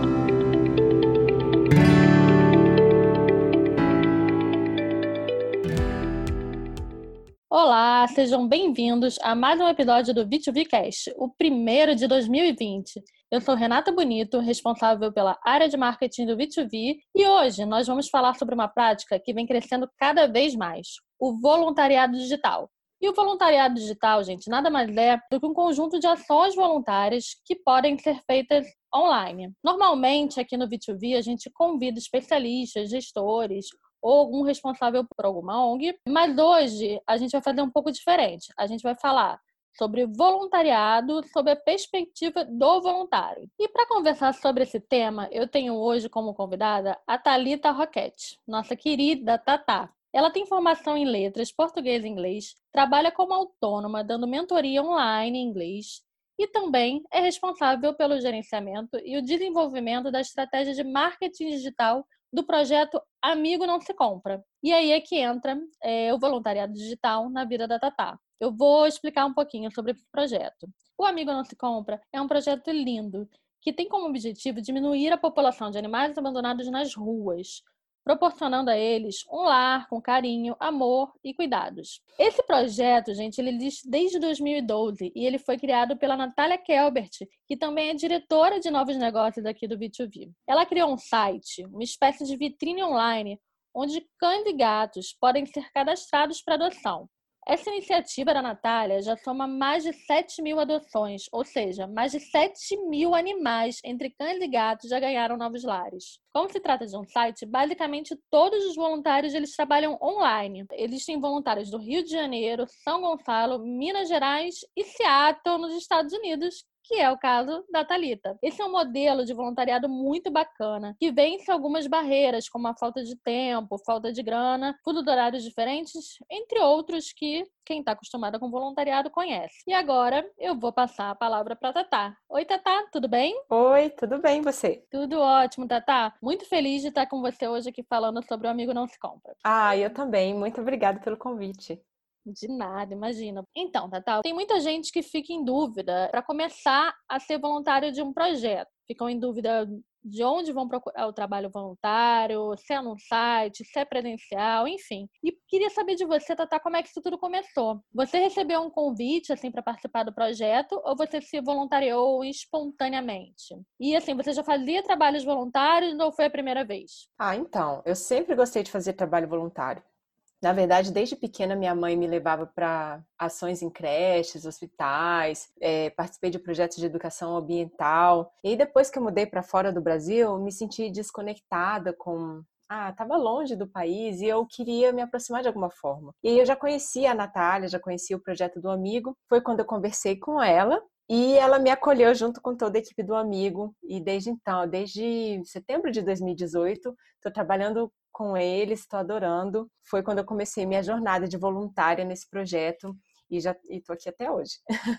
Olá, sejam bem-vindos a mais um episódio do V2Vcast, o primeiro de 2020. Eu sou Renata Bonito, responsável pela área de marketing do V2V, e hoje nós vamos falar sobre uma prática que vem crescendo cada vez mais, o voluntariado digital. E o voluntariado digital, gente, nada mais é do que um conjunto de ações voluntárias que podem ser feitas online. Normalmente, aqui no V2V, a gente convida especialistas, gestores ou algum responsável por alguma ONG, mas hoje a gente vai fazer um pouco diferente. A gente vai falar sobre voluntariado, sobre a perspectiva do voluntário. E para conversar sobre esse tema, eu tenho hoje como convidada a Thalita Roquette, nossa querida Tatá. Ela tem formação em letras, português e inglês, trabalha como autônoma, dando mentoria online em inglês e também é responsável pelo gerenciamento e o desenvolvimento da estratégia de marketing digital do projeto Amigo Não Se Compra. E aí é que entra o voluntariado digital na vida da Tatá. Eu vou explicar um pouquinho sobre esse projeto. O Amigo Não Se Compra é um projeto lindo que tem como objetivo diminuir a população de animais abandonados nas ruas, proporcionando a eles um lar com carinho, amor e cuidados. Esse projeto, gente, ele existe desde 2012 e ele foi criado pela Natália Kelbert, que também é diretora de novos negócios aqui do V2V. Ela criou um site, uma espécie de vitrine online, onde cães e gatos podem ser cadastrados para adoção. Essa iniciativa da Natália já soma mais de 7.000 adoções, ou seja, mais de 7.000 animais entre cães e gatos já ganharam novos lares. Como se trata de um site, basicamente todos os voluntários eles trabalham online. Existem voluntários do Rio de Janeiro, São Gonçalo, Minas Gerais e Seattle, nos Estados Unidos, que é o caso da Thalita. Esse é um modelo de voluntariado muito bacana, que vence algumas barreiras, como a falta de tempo, falta de grana, fuso de horários diferentes, entre outros que quem está acostumado com voluntariado conhece. E agora eu vou passar a palavra para a Tatá. Oi, Tatá, tudo bem? Oi, tudo bem, e você? Tudo ótimo, Tatá. Muito feliz de estar com você hoje aqui falando sobre o Amigo Não Se Compra. Eu também. Muito obrigada pelo convite. De nada, imagina. Então, Tatá, tem muita gente que fica em dúvida para começar a ser voluntário de um projeto. Ficam em dúvida de onde vão procurar o trabalho voluntário, se é num site, se é presencial, enfim. E queria saber de você, Tatá, como é que isso tudo começou? Você recebeu um convite, assim, para participar do projeto ou você se voluntariou espontaneamente? E, assim, você já fazia trabalhos voluntários ou foi a primeira vez? Então, eu sempre gostei de fazer trabalho voluntário. Na verdade, desde pequena, minha mãe me levava para ações em creches, hospitais, participei de projetos de educação ambiental. E aí, depois que eu mudei para fora do Brasil, me senti desconectada com... estava longe do país e eu queria me aproximar de alguma forma. E aí eu já conhecia a Natália, já conhecia o projeto do Amigo. Foi quando eu conversei com ela e ela me acolheu junto com toda a equipe do Amigo. E desde então, desde setembro de 2018, estou trabalhando com eles, estou adorando. Foi quando eu comecei minha jornada de voluntária nesse projeto e já estou aqui até hoje.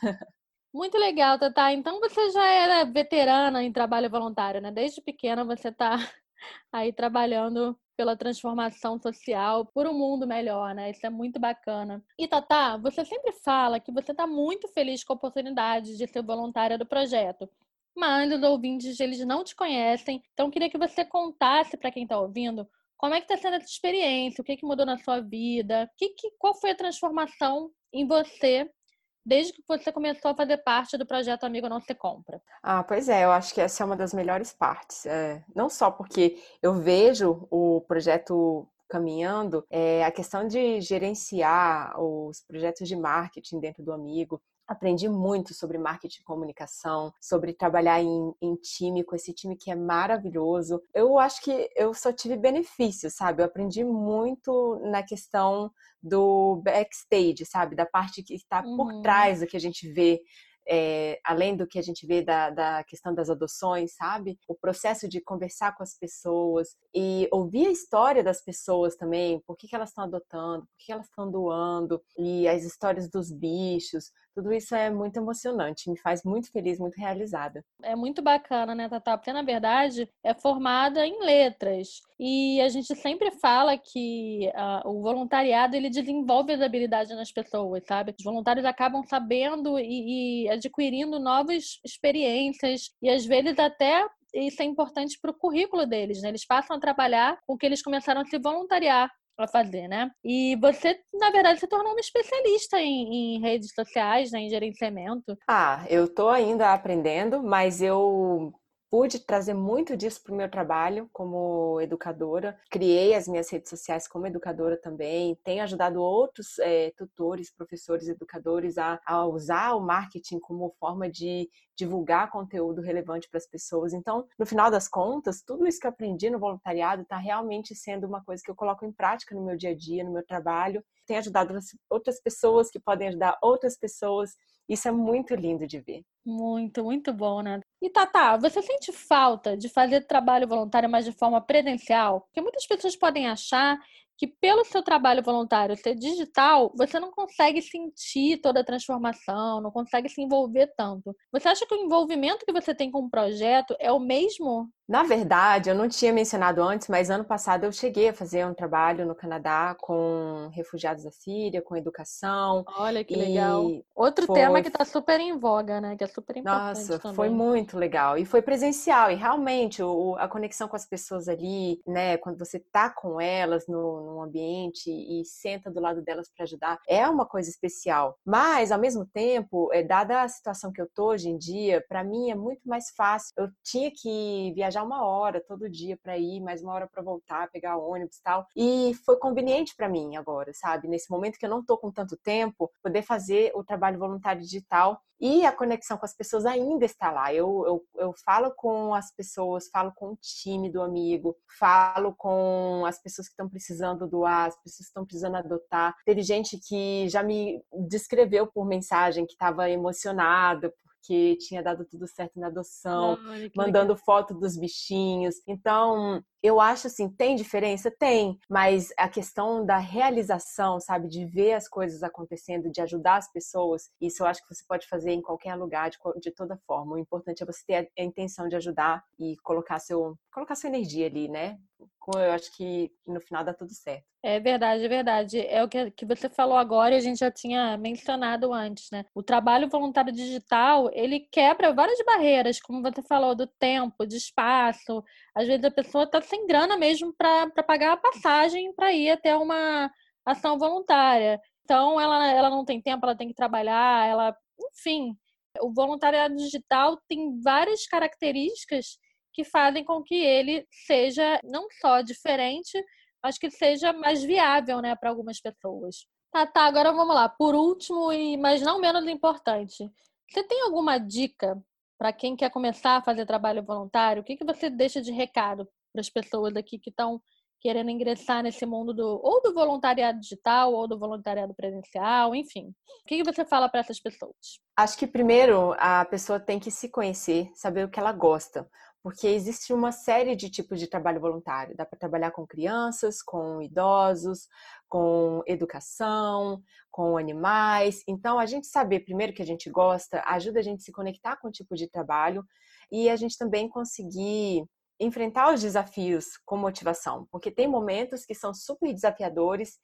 Muito legal, Tatá. Então você já era veterana em trabalho voluntário, né? Desde pequena você está aí trabalhando pela transformação social, por um mundo melhor, né? Isso é muito bacana. E Tatá, você sempre fala que você está muito feliz com a oportunidade de ser voluntária do projeto. Mas os ouvintes, eles não te conhecem. Então, eu queria que você contasse para quem está ouvindo como é que está sendo essa experiência, o que mudou na sua vida, qual foi a transformação em você desde que você começou a fazer parte do projeto Amigo Não Se Compra. Pois é, eu acho que essa é uma das melhores partes. Não só porque eu vejo o projeto caminhando, a questão de gerenciar os projetos de marketing dentro do Amigo. Aprendi muito sobre marketing e comunicação, sobre trabalhar em time, com esse time que é maravilhoso. Eu acho que eu só tive benefícios, sabe? Eu aprendi muito na questão do backstage, sabe? Da parte que está por trás do que a gente vê, além do que a gente vê da questão das adoções, sabe? O processo de conversar com as pessoas e ouvir a história das pessoas também, por que elas estão adotando, por que elas estão doando, e as histórias dos bichos. Tudo isso é muito emocionante, me faz muito feliz, muito realizada. É muito bacana, né, Tatá? Porque, na verdade, é formada em letras. E a gente sempre fala que o voluntariado, ele desenvolve as habilidades nas pessoas, sabe? Os voluntários acabam sabendo e adquirindo novas experiências e, às vezes, até isso é importante para o currículo deles, né? Eles passam a trabalhar com o que eles começaram a se voluntariar a fazer, né? E você, na verdade, se tornou uma especialista em redes sociais, né? Em gerenciamento. Eu tô ainda aprendendo, mas eu pude trazer muito disso para o meu trabalho como educadora. Criei as minhas redes sociais como educadora também. Tenho ajudado outros tutores, professores, educadores a usar o marketing como forma de divulgar conteúdo relevante para as pessoas. Então, no final das contas, tudo isso que eu aprendi no voluntariado está realmente sendo uma coisa que eu coloco em prática no meu dia a dia, no meu trabalho. Tenho ajudado outras pessoas que podem ajudar outras pessoas. Isso é muito lindo de ver. Muito, muito bom, né? E Tatá, você sente falta de fazer trabalho voluntário, mas de forma presencial? Porque muitas pessoas podem achar que pelo seu trabalho voluntário ser digital, você não consegue sentir toda a transformação, não consegue se envolver tanto. Você acha que o envolvimento que você tem com o projeto é o mesmo? Na verdade, eu não tinha mencionado antes, mas ano passado eu cheguei a fazer um trabalho no Canadá com refugiados da Síria, com educação, Olha que legal. e Outro tema foi que está super em voga, né? Que é super importante nossa, foi também. muito legal. E foi presencial. E realmente a conexão com as pessoas ali, né? Quando você tá com elas no ambiente e senta do lado delas para ajudar, é uma coisa especial. Mas, ao mesmo tempo, dada a situação que eu tô hoje em dia, para mim é muito mais fácil. Eu tinha que viajar 1 hora todo dia para ir, mais 1 hora para voltar, pegar ônibus e tal. E foi conveniente para mim agora, sabe? Nesse momento que eu não tô com tanto tempo, poder fazer o trabalho voluntário digital. E a conexão com as pessoas ainda está lá. Eu falo com as pessoas, falo com o time do amigo, falo com as pessoas que estão precisando doar, as pessoas que estão precisando adotar. Teve gente que já me descreveu por mensagem que estava emocionada porque tinha dado tudo certo na adoção, Olha que legal. mandando foto dos bichinhos. Então, eu acho assim, tem diferença? Tem, mas a questão da realização, sabe, de ver as coisas acontecendo, de ajudar as pessoas, isso eu acho que você pode fazer em qualquer lugar, de toda forma. O importante é você ter a intenção de ajudar e colocar sua energia ali, né? Eu acho que no final dá tudo certo. É verdade, é verdade. É o que você falou agora e a gente já tinha mencionado antes, né? O trabalho voluntário digital, ele quebra várias barreiras, como você falou, do tempo, de espaço. Às vezes a pessoa está sem grana mesmo para pagar a passagem para ir até uma ação voluntária. Então, ela não tem tempo, ela tem que trabalhar, enfim. O voluntariado digital tem várias características que fazem com que ele seja não só diferente, mas que seja mais viável, né, para algumas pessoas. Tá, agora vamos lá. Por último, mas não menos importante, você tem alguma dica para quem quer começar a fazer trabalho voluntário? O que você deixa de recado para as pessoas aqui que estão querendo ingressar nesse mundo ou do voluntariado digital ou do voluntariado presencial, enfim. O que você fala para essas pessoas? Acho que primeiro a pessoa tem que se conhecer, saber o que ela gosta, porque existe uma série de tipos de trabalho voluntário. Dá para trabalhar com crianças, com idosos, com educação, com animais. Então, a gente saber primeiro o que a gente gosta ajuda a gente a se conectar com o tipo de trabalho e a gente também conseguir enfrentar os desafios com motivação, porque tem momentos que são super desafiadores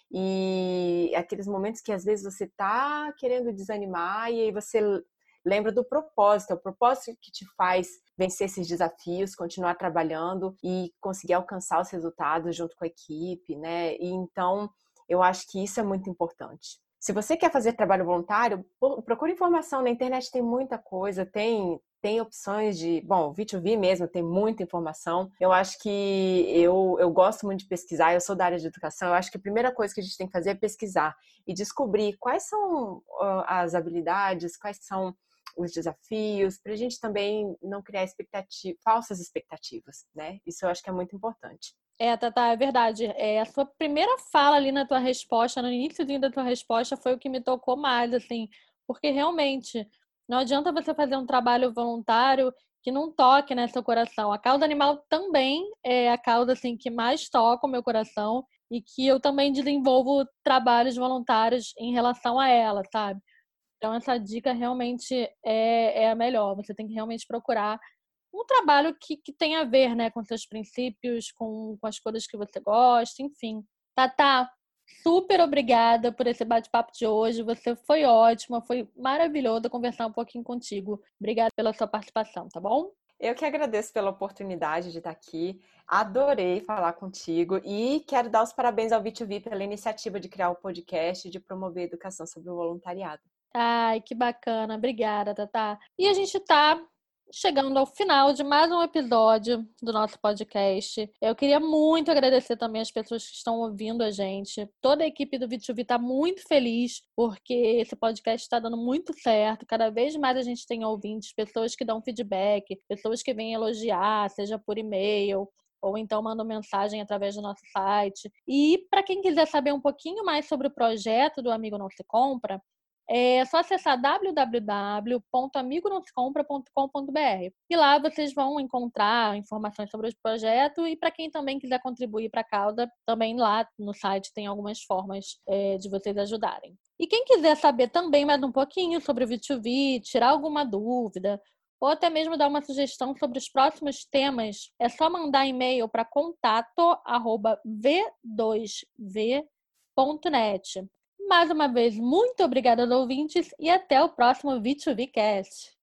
e aqueles momentos que às vezes você tá querendo desanimar e aí você lembra do propósito, é o propósito que te faz vencer esses desafios, continuar trabalhando e conseguir alcançar os resultados junto com a equipe, né? E então, eu acho que isso é muito importante. Se você quer fazer trabalho voluntário, procure informação. Na internet tem muita coisa, tem opções de... Bom, o V2V mesmo tem muita informação. Eu acho que eu gosto muito de pesquisar, eu sou da área de educação, eu acho que a primeira coisa que a gente tem que fazer é pesquisar e descobrir quais são as habilidades, quais são os desafios, para a gente também não criar falsas expectativas, né? Isso eu acho que é muito importante. Tatá, é verdade. A sua primeira fala ali na tua resposta, no iníciozinho da tua resposta, foi o que me tocou mais, assim, porque realmente não adianta você fazer um trabalho voluntário que não toque, né, seu coração. A causa animal também é a causa, assim, que mais toca o meu coração e que eu também desenvolvo trabalhos voluntários em relação a ela, sabe? Então, essa dica realmente é a melhor. Você tem que realmente procurar um trabalho que tem a ver, né, com seus princípios, com as coisas que você gosta, enfim. Tatá, super obrigada por esse bate-papo de hoje. Você foi ótima, foi maravilhoso conversar um pouquinho contigo. Obrigada pela sua participação, tá bom? Eu que agradeço pela oportunidade de estar aqui. Adorei falar contigo e quero dar os parabéns ao V2V pela iniciativa de criar o podcast e de promover a educação sobre o voluntariado. Ai, que bacana. Obrigada, Tatá. E a gente tá chegando ao final de mais um episódio do nosso podcast. Eu queria muito agradecer também as pessoas que estão ouvindo a gente. Toda a equipe do V2V está muito feliz porque esse podcast está dando muito certo. Cada vez mais a gente tem ouvintes, pessoas que dão feedback, pessoas que vêm elogiar, seja por e-mail ou então mandam mensagem através do nosso site. E para quem quiser saber um pouquinho mais sobre o projeto do Amigo Não Se Compra, é só acessar www.amigonoscompra.com.br e lá vocês vão encontrar informações sobre o projeto e para quem também quiser contribuir para a causa, também lá no site tem algumas formas de vocês ajudarem. E quem quiser saber também mais um pouquinho sobre o V2V, tirar alguma dúvida ou até mesmo dar uma sugestão sobre os próximos temas, é só mandar e-mail para contato@v2v.net. Mais uma vez, muito obrigada aos ouvintes e até o próximo V2V Cast.